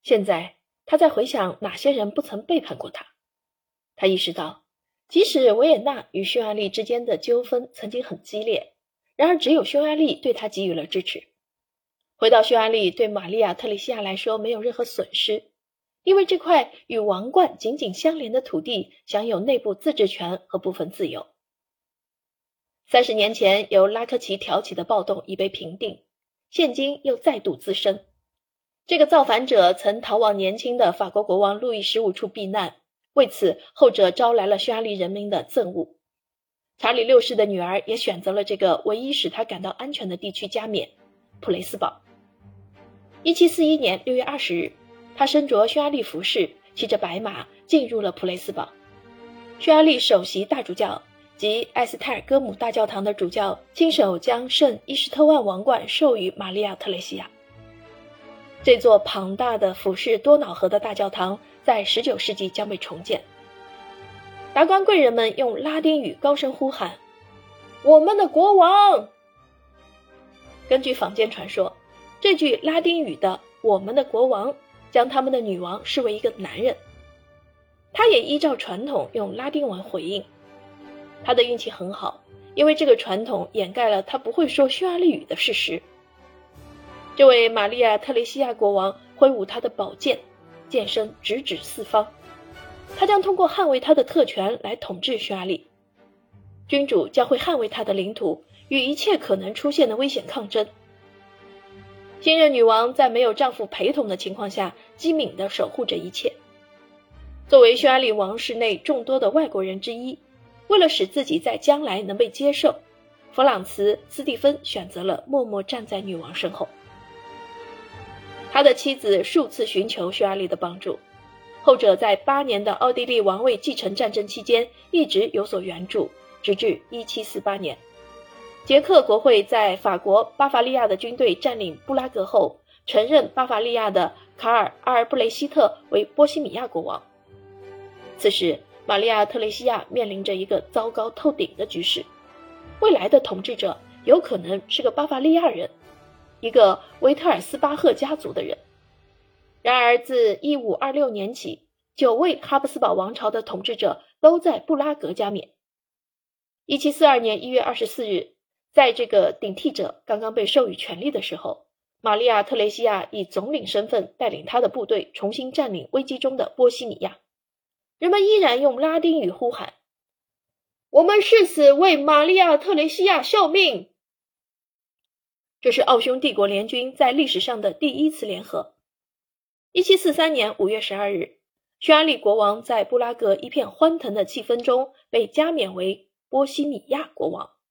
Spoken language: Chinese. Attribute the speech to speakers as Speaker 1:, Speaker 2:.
Speaker 1: 现在他在回想哪些人不曾背叛过他。他意识到，即使维也纳与匈牙利之间的纠纷曾经很激烈，然而只有匈牙利对他给予了支持。回到匈牙利对玛利亚·特蕾西亚来说没有任何损失，因为这块与王冠紧紧相连的土地享有内部自治权和部分自由。30年前由拉科齐挑起的暴动已被平定，现今又再度滋生。这个造反者曾逃往年轻的法国国王路易15处避难，为此后者招来了匈牙利人民的憎恶。查理6世的女儿也选择了这个唯一使他感到安全的地区加冕——普雷斯堡。1741年6月20日，他身着匈牙利服饰，骑着白马进入了普雷斯堡。匈牙利首席大主教及埃斯泰尔戈姆大教堂的主教亲手将圣伊什特万王冠授予玛利亚·特蕾西亚。这座庞大的俯视多瑙河的大教堂在19世纪将被重建。达官贵人们用拉丁语高声呼喊：“我们的国王！”根据坊间传说，这句拉丁语的“我们的国王”将他们的女王视为一个男人。他也依照传统用拉丁文回应。他的运气很好，因为这个传统掩盖了他不会说匈牙利语的事实。这位玛利亚·特蕾西亚国王挥舞他的宝剑，剑身直指四方。他将通过捍卫他的特权来统治匈牙利。君主将会捍卫他的领土，与一切可能出现的危险抗争。新任女王在没有丈夫陪同的情况下，机敏地守护着一切。作为匈牙利王室内众多的外国人之一，为了使自己在将来能被接受，弗朗茨·斯蒂芬选择了默默站在女王身后。他的妻子数次寻求匈牙利的帮助，后者在8年的奥地利王位继承战争期间一直有所援助，直至1748年。捷克国会在法国巴伐利亚的军队占领布拉格后，承认巴伐利亚的卡尔·阿尔布雷希特为波西米亚国王。此时，玛利亚·特蕾西亚面临着一个糟糕透顶的局势，未来的统治者有可能是个巴伐利亚人，一个维特尔斯巴赫家族的人。然而自1526年起，9位哈布斯堡王朝的统治者都在布拉格加冕。1742年1月24日，在这个顶替者刚刚被授予权力的时候，玛利亚·特蕾西亚以总领身份带领他的部队重新占领危机中的波西米亚。人们依然用拉丁语呼喊：“我们誓死为玛利亚·特蕾西亚效命！”这是奥匈帝国联军在历史上的第一次联合。1743年5月12日，匈牙利国王在布拉格一片欢腾的气氛中被加冕为波西米亚国王。